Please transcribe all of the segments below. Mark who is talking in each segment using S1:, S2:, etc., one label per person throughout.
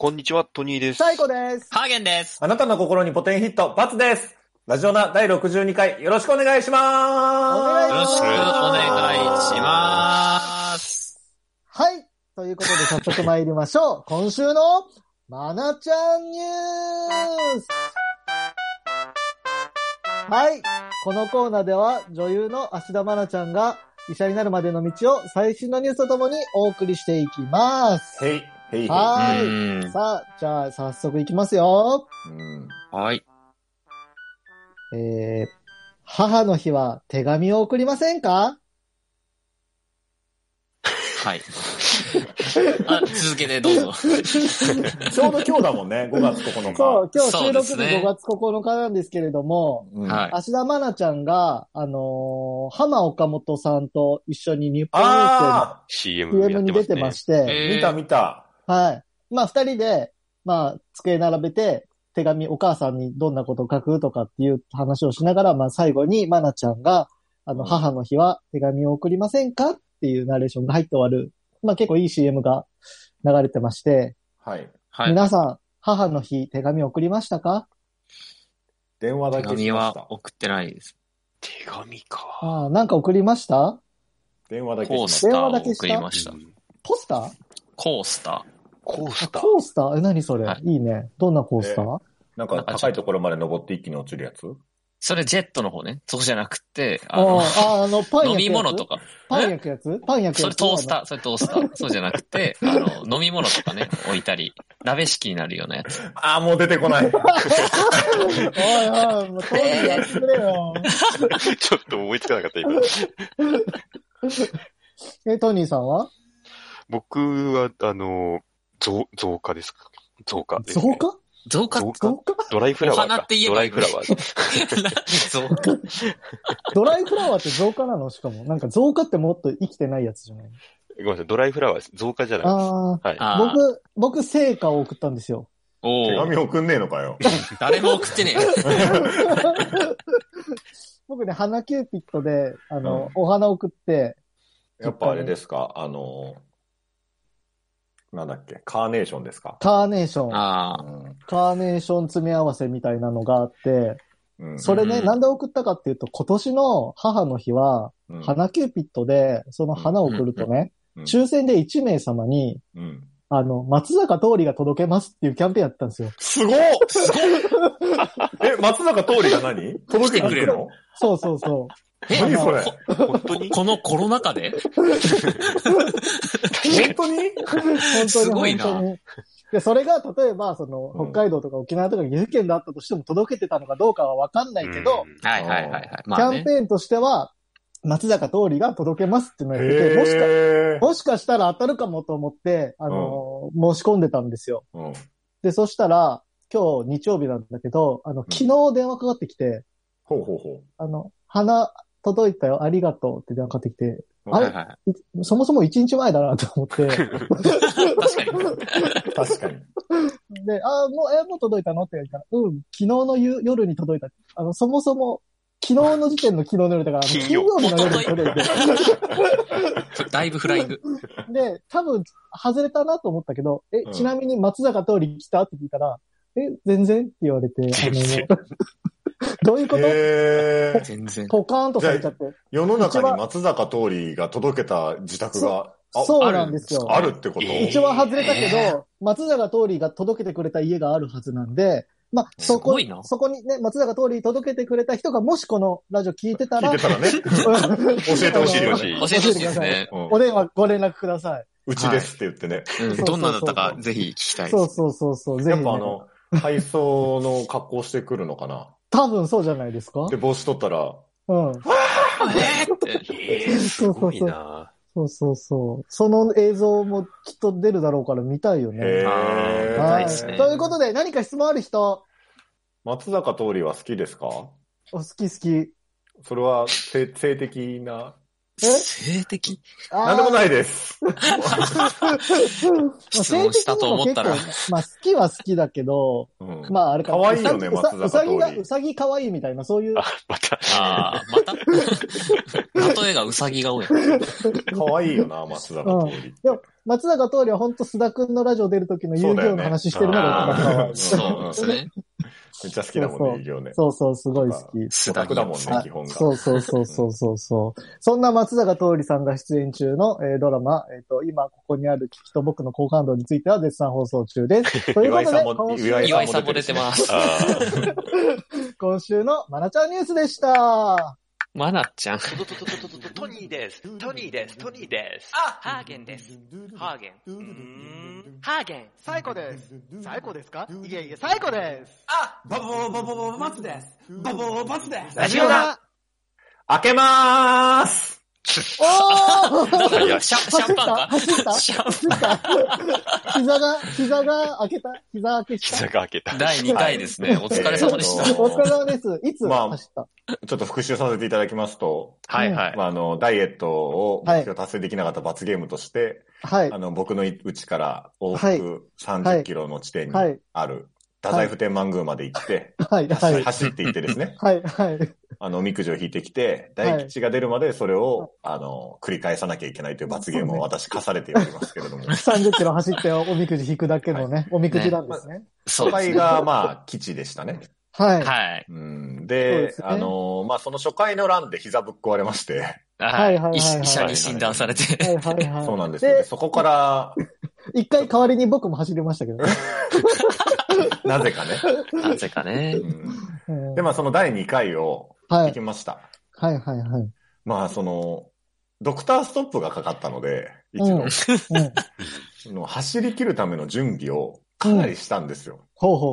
S1: こんにちは、トニーです。
S2: サイコです。
S3: ハーゲンです。
S4: あなたの心にポテンヒット、バツです。ラジオナ第62回、よろしくお願いします。
S3: よろしくお願いします。
S2: はい。ということで早速参りましょう。今週のまなちゃんニュース。はい。このコーナーでは女優の芦田愛菜ちゃんが医者になるまでの道を最新のニュースとともにお送りしていきます。
S4: へい。
S2: はい。さあ、じゃあ早速いきますよ。
S3: はい。
S2: 母の日は手紙を送りませんか？
S3: はい。続けてどうぞ。
S4: ちょうど今日だもんね、5月9日。
S2: そう、今日収録日5月9日なんですけれども、
S3: はい。
S2: 芦田愛菜ちゃんが、浜岡本さんと一緒に日本郵政の CM に出てまして、
S4: 見た。
S2: はい。まあ、二人で、机並べて、手紙、お母さんにどんなことを書くとかっていう話をしながら、最後に愛菜ちゃんが、母の日は手紙を送りませんかっていうナレーションが入って終わる。結構いい CM が流れてまして、
S4: はい。
S2: 皆さん、母の日手紙送りましたか？
S4: 電話だけしました。
S3: 手紙は送ってないです。
S1: 手紙か。
S2: なんか送りました？
S4: 電話だけしました。
S3: コースターを送りました。
S2: ポスター？
S3: コースター。
S2: コースター？何それ、はい、いいね。どんなコースター？
S4: なんか高いところまで登って一気に落ちるやつ？
S3: それジェットの方ね。そこじゃなくて、
S2: パン焼くやつ？
S3: 飲み物とか。
S2: パン焼くやつ？
S3: それトースター。そうじゃなくて、飲み物とかね、置いたり、鍋敷きになるようなやつ。
S4: もう出てこない。おい、
S2: もうトニーやってくれよ。
S1: ちょっと思いつかなかった今。
S2: トニーさんは？
S1: 僕は、増加ですか？増加です、
S2: ね。
S3: 増加
S1: ドライフラワーか。
S3: お花って言えばいい。
S1: ドライフラワー。
S3: 増加
S2: ドライフラワーって増加なの？しかも。なんか増加ってもっと生きてないやつじゃない？
S1: ごめんなさい、ドライフラワーです。増加じゃないです。はい。
S2: 僕、成果を送ったんですよ。
S4: 手紙送んねえのかよ。
S3: 誰も送ってねえよ。
S2: 僕ね、花キューピットで、お花送って、
S4: やっぱあれですか、なんだっけ、カーネーションですか？
S2: カーネーション。
S3: カ
S2: ーネーション詰め合わせみたいなのがあって、それね、なんで送ったかっていうと、今年の母の日は、花キューピットで、その花を送るとね、抽選で1名様に、松坂桃李が届けますっていうキャンペーンやったんですよ。
S4: すごっ松坂桃李が何？届けてくれるの？
S2: そう。
S4: 何それ？
S3: 本当に？このコロナ禍で？
S4: 本当に
S3: すごいな。
S2: で、それが例えば、北海道とか沖縄とか岐阜県だったとしても届けてたのかどうかはわかんないけど、
S3: キ
S2: ャンペーンとしては、松坂桃李が届けますっていうのをやってて、もしかしたら当たるかもと思って、申し込んでたんですよ。で、そしたら、今日日曜日なんだけど、昨日電話かかってきて、花届いたよ、ありがとうって電話かかってきて、そもそも1日前だなと思って。
S3: 確かに。
S2: で、もう届いたのって言われたら、昨日の夜に届いた。そもそも、昨日の時点の昨日の夜だから、金曜日の夜に届いて。
S3: だいぶフライング。
S2: で、多分、外れたなと思ったけど、ちなみに松坂桃李来たって聞いたら、全然って言われて、どういうこと？
S3: 全然。
S2: ポカーンとされちゃって。
S4: 世の中に松坂桃李が届けた自宅が
S2: そうなんですよ。
S4: あるってこと？
S2: 一応外れたけど、松坂桃李が届けてくれた家があるはずなんで、そこにね、松坂桃李届けてくれた人がもしこのラジオ聞いてたら
S4: ね、教えてほしいよ。
S3: 教えてほしいですね。
S2: お電話ご連絡ください。
S4: うちですって言ってね。
S3: どんなだったかぜひ聞きたいです。
S2: そう。
S4: やっぱ配送の格好してくるのかな？
S2: 多分そうじゃないですか？
S4: で、帽子取ったら、
S1: すごいな。
S2: そう。その映像もきっと出るだろうから見たいよね。
S3: はい。
S2: ということで、何か質問ある人？
S4: 松坂桃李は好きですか？
S2: 好き。
S4: それは性的な？
S3: 性的？
S4: なんでもないです。
S3: 質問したと思ったら。
S2: 好きは好きだけど、あれか。
S4: 可愛いよね、松坂桃李。
S2: うさぎ可愛いみたいな、そういう。
S3: また例えがうさぎが多い。
S4: 可愛いよな、松坂桃李。
S2: 松坂桃李は本当須田くんのラジオ出る時の遊戯王の話してるのが一番可愛い。
S3: そうですね。
S4: めっちゃ好きだもんね、遊戯王ね。
S2: そうそう、すごい好き。
S3: 須田
S4: だもんね、基本が。
S2: そう。そんな松坂桃李さんが出演中の、ドラマ、今ここにある危機と僕の好感度については絶賛放送中です。ということで、
S3: 岩井さんも出てます。
S2: 今週のマナちゃんニュースでした。
S3: マナちゃん。
S5: トニーです。あ、ハーゲンです。ハーゲン。ハーゲン。
S6: サイコです。サイコですか？いえ、サイコです。
S5: あ、バツです。バツです。
S3: ラジオだ。
S4: 開けまーす。
S2: おー
S3: いや、シャンパンか
S2: 走った
S3: シャンパン。
S2: 膝が開けた膝開けた。
S3: 第2回ですね。お疲れ様でした。
S2: お疲れ様です。いつ走った、
S4: ちょっと復習させていただきますと、
S3: はいはい。
S4: ダイエットを目標達成できなかった罰ゲームとして、
S2: はい。
S4: 僕の家から往復30キロの地点にある、太宰府天満宮まで行って、走って行ってですね。おみくじを引いてきて、大吉が出るまでそれを、繰り返さなきゃいけないという罰ゲームを私課されておりますけれども。
S2: 30キロ走っておみくじ引くだけのね、おみくじなんですね。
S4: 初回が、基地でしたね。
S2: はい。
S3: はい。
S4: で、その初回のランで膝ぶっ壊れまして。
S3: 医者に診断されて。
S4: そうなんですよ。そこから、
S2: 一回代わりに僕も走りましたけどね。
S4: なぜかね。で、その第2回を行きました。ドクターストップがかかったので、一度。走り切るための準備をかなりしたんですよ。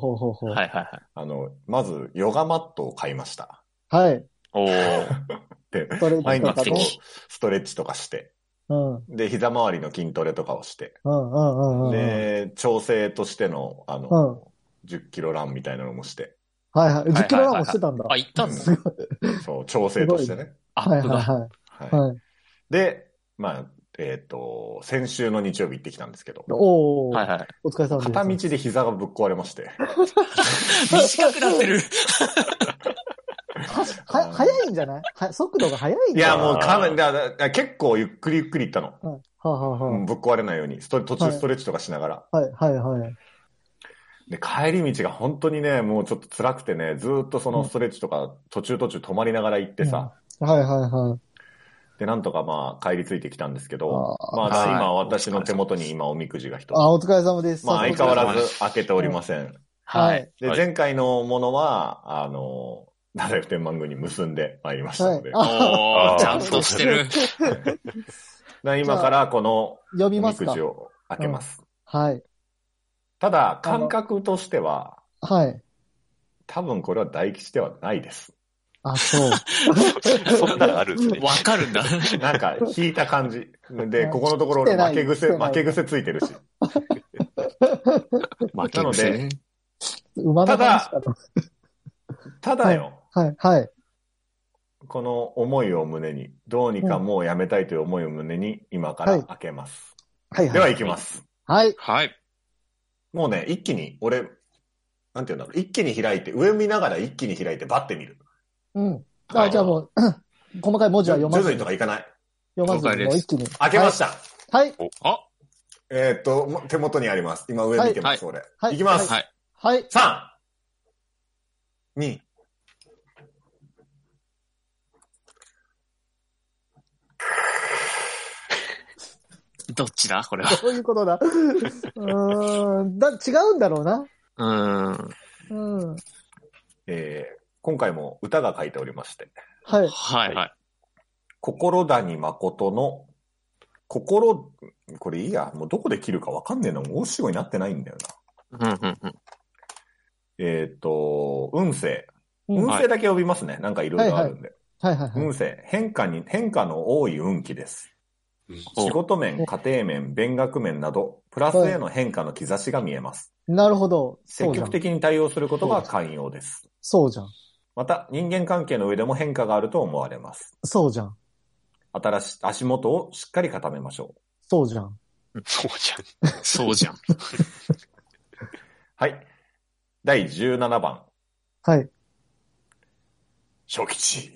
S4: まず、ヨガマットを買いました。
S2: はい。
S4: で、毎日ストレッチとかして。で、膝周りの筋トレとかをして。で、調整としての、10キロランみたいなのもして。
S2: 10キロランもしてたんだ。
S3: あ、行ったんですか？
S4: そう、調整としてね。で、先週の日曜日行ってきたんですけど。
S2: お疲れ様です。
S4: 片道で膝がぶっ壊れまして。
S3: 短くなってる。
S2: 早いんじゃない？速度が速いんじゃない？
S4: いや、もう結構ゆっくり行ったの。ぶっ壊れないように。途中ストレッチとかしながら。で、帰り道が本当にね、もうちょっと辛くてね、ずっとそのストレッチとか途中止まりながら行ってさ。で、なんとか帰り着いてきたんですけど、今私の手元に今おみくじが一つ。
S2: お疲れ様です。
S4: 相変わらず開けておりません。で、前回のものは、太宰府天満宮に結んで参りましたので。
S3: ちゃんとしてる。
S4: 今からこのおみくじを開けます。ただ、感覚としては、多分これは大吉ではないです。
S2: そう。
S1: そんなのあるんですね。
S3: わかるんだ。
S4: なんか、引いた感じ。で、ここのところ負け癖ついてるし。
S3: 負け癖。
S4: ただよ。この思いを胸に、どうにかもうやめたいという思いを胸に、今から開けます。では行きます。もうね、一気に、なんていうんだろう、一気に開いて、上見ながら一気に開いて、バッて見る。
S2: じゃあもう、細かい文字は読まずに。
S4: 徐々にとかいかない。
S2: 読まずに、もう一気に。
S4: 開けました。手元にあります。今上見てます、俺。いきます。3、2、
S3: どっちだこれは。
S2: どういうことだ違うんだろうな。
S4: 今回も歌が書いておりまして。心谷誠の、これいいや、もうどこで切るかわかんねえの、大仕事になってないんだよな。運勢。運勢だけ呼びますね。なんかいろいろあるんで。運勢。変化の多い運気です。仕事面、家庭面、勉学面など、プラスへの変化の兆しが見えます。
S2: なるほど。
S4: 積極的に対応することが寛容です。
S2: そうじゃん。
S4: また、人間関係の上でも変化があると思われます。
S2: そうじゃん。
S4: 足元をしっかり固めましょう。
S2: そうじゃん。
S3: そうじゃん。
S4: はい。第17番。小吉。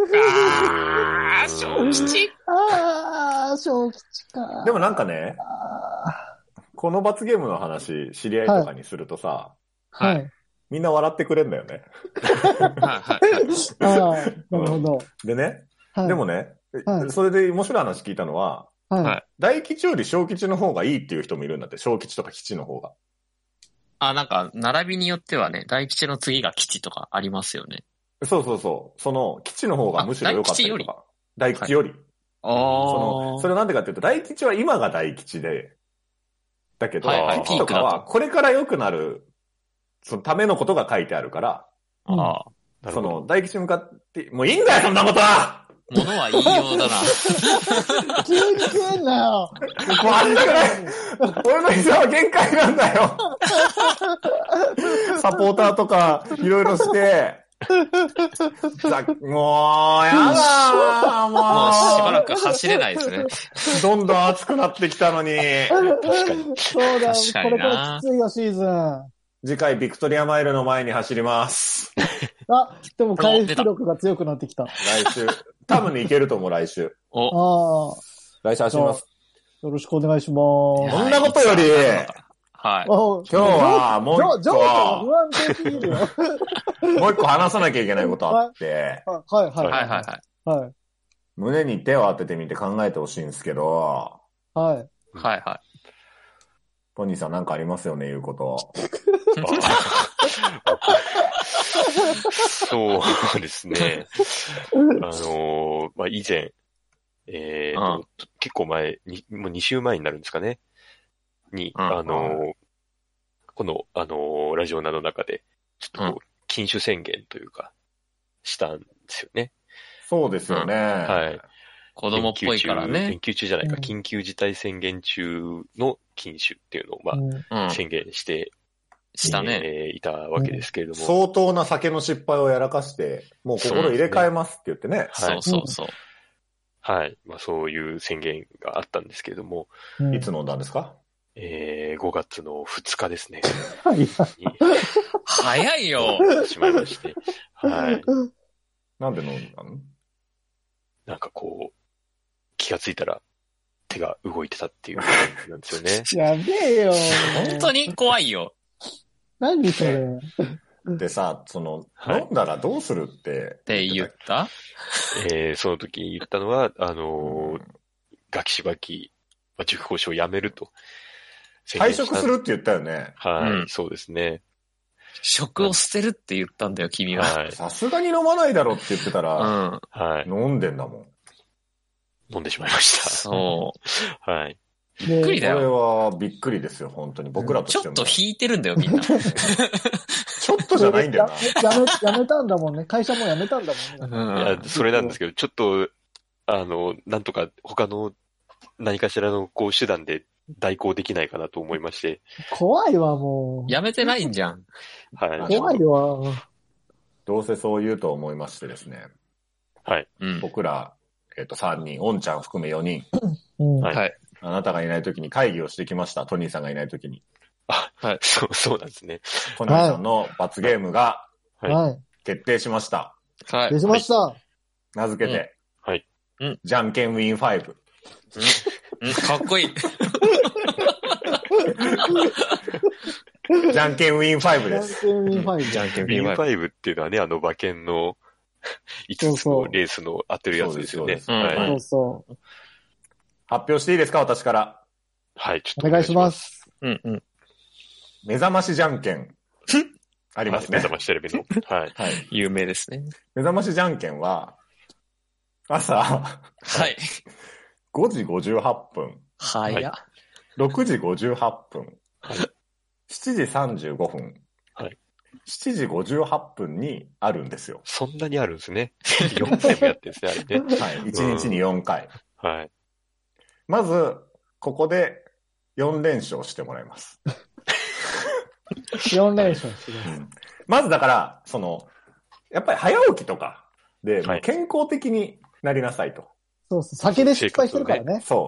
S3: 小吉。
S2: 小吉か。
S4: でもなんかね、 この罰ゲームの話、知り合いとかにするとさ、
S3: はい。
S4: みんな笑ってくれんだよね。
S3: はい。
S2: ああ、なるほど。
S4: でね、でもね、それで面白い話聞いたのは、大吉より小吉の方がいいっていう人もいるんだって、小吉とか吉の方が。
S3: なんか、並びによってはね、大吉の次が吉とかありますよね。
S4: そうそうそう。その、吉の方がむしろ良かったりとか。大吉より。それなんでかっていうと、大吉は今が大吉で、だけど、吉とかはこれから良くなる、そのためのことが書いてあるから、その、大吉に向かって、もういいんだよ、そんなことは
S3: 物は言いようだな。
S2: 急に食えんなよ。
S4: もうあれだから、俺の膝は限界なんだよ。サポーターとか、いろいろして、もう、やだー、
S3: もうしばらく走れないですね。
S4: どんどん暑くなってきたのに。
S2: 確かに。そうだ、これからきついよ、シーズン。
S4: 次回、ビクトリアマイルの前に走ります。
S2: でも回復力が強くなってきた。
S4: 来週。多分ね、いけると思う、来週。来週走ります。
S2: よろしくお願いします。
S4: そんなことより、
S3: はい。
S4: 今日はもう一個、
S2: 情緒が不安定すぎるよ。
S4: もう一個話さなきゃいけないことあって、
S2: はい。
S4: 胸に手を当ててみて考えてほしいんですけど、
S2: はい。
S4: ポニーさんなんかありますよね、言うこと。
S1: そうですね。以前、結構前に、もう2週前になるんですかね。に、この、ラジオナの中で、ちょっと禁酒宣言というか、したんですよね。
S4: そうですよね。はい。
S3: 子供っぽいからね。
S1: 緊急中じゃないか、緊急事態宣言中の禁酒っていうのを、宣言して、
S3: したね。
S1: いたわけですけれども。
S4: 相当な酒の失敗をやらかして、もう心入れ替えますって言ってね。
S3: そうそう。
S1: はい。そういう宣言があったんですけれども。
S4: いつ飲んだんですか
S1: ？5月の2日ですね。
S3: 早いよ
S1: しまいまして。はい。
S4: なんで飲んだの？
S1: なんかこう、気がついたら手が動いてたっていう感じなんです
S2: よね。やべえよ。
S3: 本当に怖いよ。
S2: 何それ。
S4: でさ、飲んだらどうするって
S3: 言った
S1: その時に言ったのは、ガキしばき、塾講師を辞めると。
S4: 退職するって言ったよね。
S1: はい、そうですね。
S3: 職を捨てるって言ったんだよ、君は。
S4: さすがに飲まないだろって言ってたら、飲んでんだもん。
S1: 飲んでしまいました。
S3: そう。
S1: はい。
S3: びっくりだよ。
S4: これはびっくりですよ、本当に。僕らとしても。
S3: ちょっと引いてるんだよ、みんな。
S4: ちょっとじゃないんだよ
S2: な。やめたんだもんね。会社も辞めたんだもんね。
S1: いや、それなんですけど、ちょっと、なんとか他の何かしらの手段で代行できないかなと思いまして。
S2: 怖いわ、もう。
S3: やめてないんじゃん。
S1: はい。
S2: 怖いわ。
S4: どうせそう言うと思いましてですね。
S1: はい。
S4: 僕ら、3人、おんちゃん含め4人。
S3: はい。
S4: あなたがいないときに会議をしてきました。トニーさんがいないときに。
S1: はい。そうなんですね。
S4: トニーさんの罰ゲームが、決定しました。
S2: はい。決定しました。
S4: 名付けて。
S1: はい。
S4: じゃんけんウィン5。
S3: かっこいい。
S4: じゃんけんウィン5です。
S2: じゃんけんウィン5。
S1: じゃんけんウィン5っていうのはね、馬券の5つのレースの当てるやつですよね。
S2: そうそう。
S4: 発表していいですか、私から。
S1: はい、ちょっと
S2: お願いします。
S4: 目覚ましじゃんけん。ありますね。
S1: 目覚ましテレビの。はい。
S3: 有名ですね。
S4: 目覚ましじゃんけんは、朝、
S3: はい。
S4: 5時58分。
S3: 早っ。
S4: 6時58分。7時35分。7時58分にあるんですよ。
S1: そんなにあるんですね。4回もやってるんですね、あれね。
S4: はい。1日に4回。
S1: はい。
S4: まず、ここで4連勝してもらいます。
S2: 4連勝してください。
S4: まずだから、やっぱり早起きとかで、健康的になりなさいと。
S2: そうそう。酒で失敗してるからね。
S4: そう。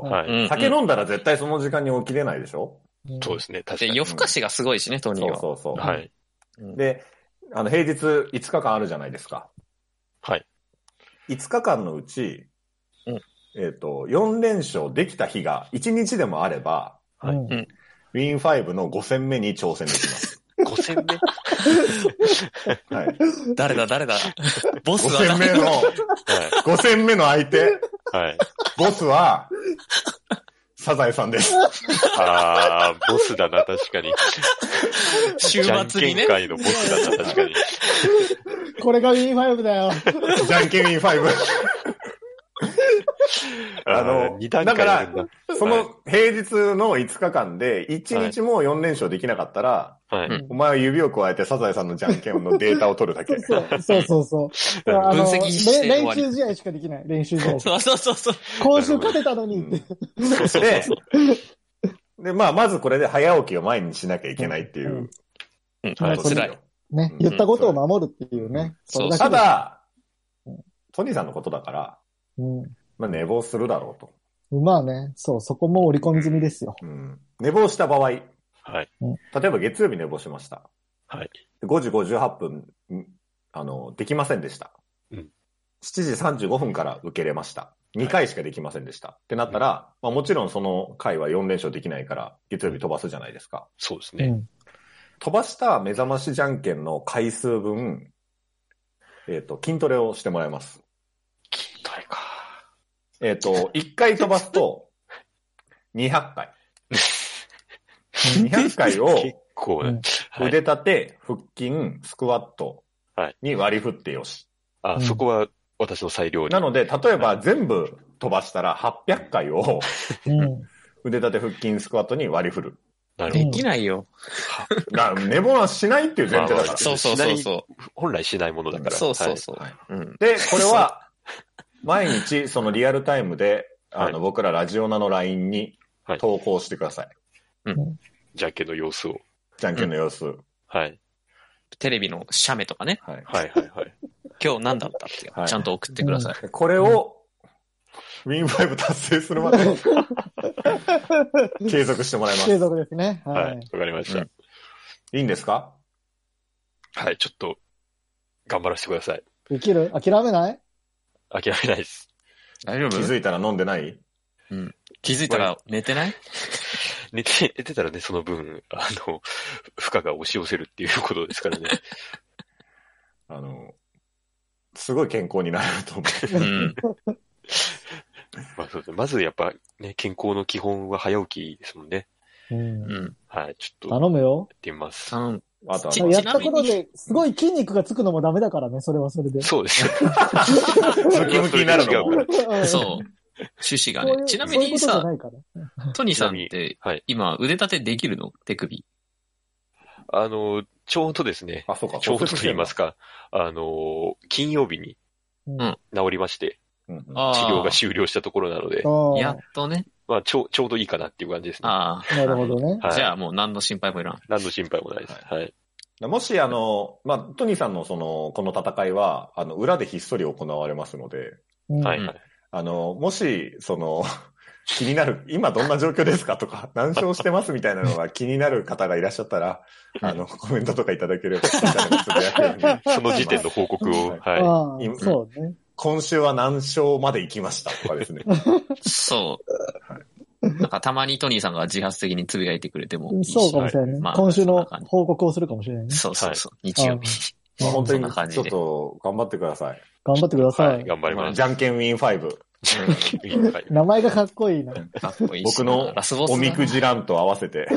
S4: 酒飲んだら絶対その時間に起きれないでしょ？
S1: そうですね。確かに。
S3: 夜更かしがすごいしね、トニーは。
S4: そう。
S1: はい。
S4: で、平日5日間あるじゃないですか。
S1: はい。
S4: 5日間のうち、4連勝できた日が1日でもあれば、
S1: はい。
S4: ウィン5の5戦目に挑戦できます。
S1: 5戦目
S3: はい。誰だボスは
S4: 5戦目の、5戦目の相手。
S1: はい。
S4: ボスは、サザエさんです。
S1: ボスだな、確かに。
S3: 週末にね。
S1: じゃんけん界のボスだな、確かに。
S2: これがウィン5だよ。
S4: じゃんけんウィン5。だから、その平日の5日間で1日も4連勝できなかったら、はい、お前は指を加えてサザエさんのじゃんけんのデータを取るだけ。
S2: そう。分析して練習試合しかできない。練習試合。
S3: そう。
S2: 今週勝てたのにって。
S4: で、まずこれで早起きを毎日しなきゃいけないっていう。
S3: 辛い。
S2: ね、言ったことを守るっていうね。
S4: ただ、トニーさんのことだから、寝坊するだろうと。
S2: まあね、そこも織り込み済みですよ。
S4: 寝坊した場合、はい。
S1: 例
S4: えば月曜日寝坊しました。
S1: はい。
S4: 5時58分、できませんでした。7時35分から受けれました。2回しかできませんでした。ってなったら、もちろんその回は4連勝できないから、月曜日飛ばすじゃないですか。
S1: そうですね。
S4: 飛ばした目覚ましじゃんけんの回数分、筋トレをしてもらいます。
S1: 筋トレか。
S4: 1回飛ばすと、200回。200回を、
S1: 結構ね。
S4: 腕立て、腹筋、スクワットに割り振ってよし。
S1: そこは私の裁量に。
S4: なので、例えば全部飛ばしたら800回を、腕立て、腹筋、スクワットに割り振る。
S3: できないよ。
S4: 寝坊はしないっていう前提だから。
S3: そう。
S1: 本来しないものだから。
S3: そう。
S4: で、これは、毎日そのリアルタイムで、僕らラジオナの LINE に投稿してください。
S1: じゃんけんの様子を。
S4: じゃんけんの様子。
S1: はい。
S3: テレビの写メとかね。
S1: はい。
S3: 今日何だったってちゃんと送ってください。
S4: これを、ウィン5達成するまで継続してもらいます。
S2: 継続ですね。
S1: はい。わかりました。
S4: いいんですか？
S1: はい、ちょっと、頑張らせてください。
S2: できる？諦めない？
S1: 諦めないです。
S3: 大丈夫？
S4: 気づいたら飲んでない？
S3: 気づいたら寝てない？
S1: 寝てたらね、その分、負荷が押し寄せるっていうことですからね。
S4: すごい健康になれると思う。
S1: そうですね。まずやっぱね、健康の基本は早起きですもんね。はい、ちょっと。
S2: 頼むよ。
S1: やってみます。
S2: やったことで、すごい筋肉がつくのもダメだからね、それはそれで。
S1: そうですね。
S4: ムキムキになるのも。
S3: そう。趣旨がね。ちなみにさ、トニーさんって、今腕立てできるの？手首。
S1: ちょうどですね。
S4: そうか。
S1: ちょうどと言いますか、金曜日に治りまして、治療が終了したところなので、
S3: やっとね。
S1: ちょうどいいかなっていう感じですね。
S2: なるほどね。
S3: じゃあもう何の心配もいらん。
S1: 何の心配もないです。はい。
S4: もし、トニーさんのこの戦いは、裏でひっそり行われますので、
S1: はい。
S4: もし、気になる、今どんな状況ですかとか、何勝してますみたいなのが気になる方がいらっしゃったら、コメントとかいただければ、そ
S1: の時点の報告を、
S2: はい。そうね。
S4: 今週は何勝まで行きましたとかですね。
S3: そう。なんかたまにトニーさんが自発的につぶやいてくれてもいいし。
S2: そうかもしれないね。今週の報告をするかもしれないね。
S3: そう。日曜日。
S4: 本当にちょっと頑張ってください。
S2: 頑張ってください。
S1: 頑張ります。
S4: じゃんけんウィン5。
S2: 名前がかっこいいな。
S4: 僕のおみくじ欄と合わせて、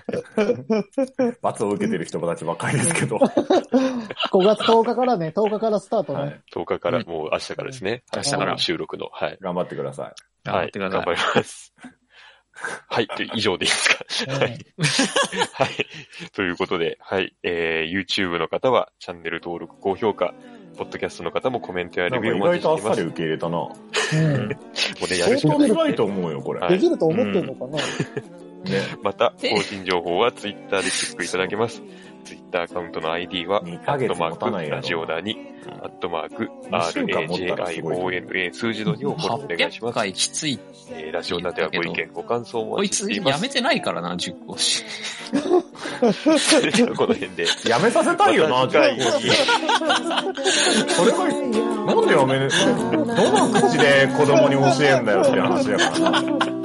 S4: 罰を受けてる人たちばっかりですけど。
S2: 5月10日からね、10日からスタートね。
S1: 10日から、もう明日からですね。明日から収録の。はい。
S4: 頑張ってくださ
S1: い。はい。頑張ります。はい。以上でいいですか？はい。はい。ということで、はい。YouTube の方はチャンネル登録、高評価、ポッドキャストの方もコメントやレビューをお待ちしています。
S4: 意外とあっさり受け入れたな。も
S1: うね、やる
S4: 相当でかいと思うよ、これ。
S2: できると思ってんのかな？
S1: また、更新情報は Twitter でチェックいただけます。Twitter アカウントの ID は、ラジオダに、RAJIONA 数字の2をフォローお願いします。
S3: 800回きつい。
S1: ラジオダではご意見、ご感想をお待ちしています。
S3: こいつやめてないからな、10個し。
S1: それではこの辺で。
S4: やめさせたいよな、10個。それが、なんでやめね、どの口で子供に教えんだよって話だからな。